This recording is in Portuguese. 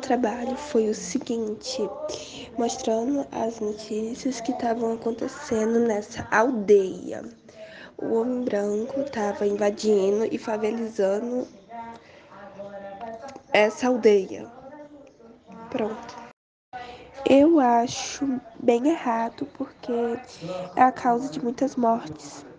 trabalho foi o seguinte, mostrando as notícias que estavam acontecendo nessa aldeia. O homem branco estava invadindo e favelizando essa aldeia. Pronto. Eu acho bem errado porque é a causa de muitas mortes.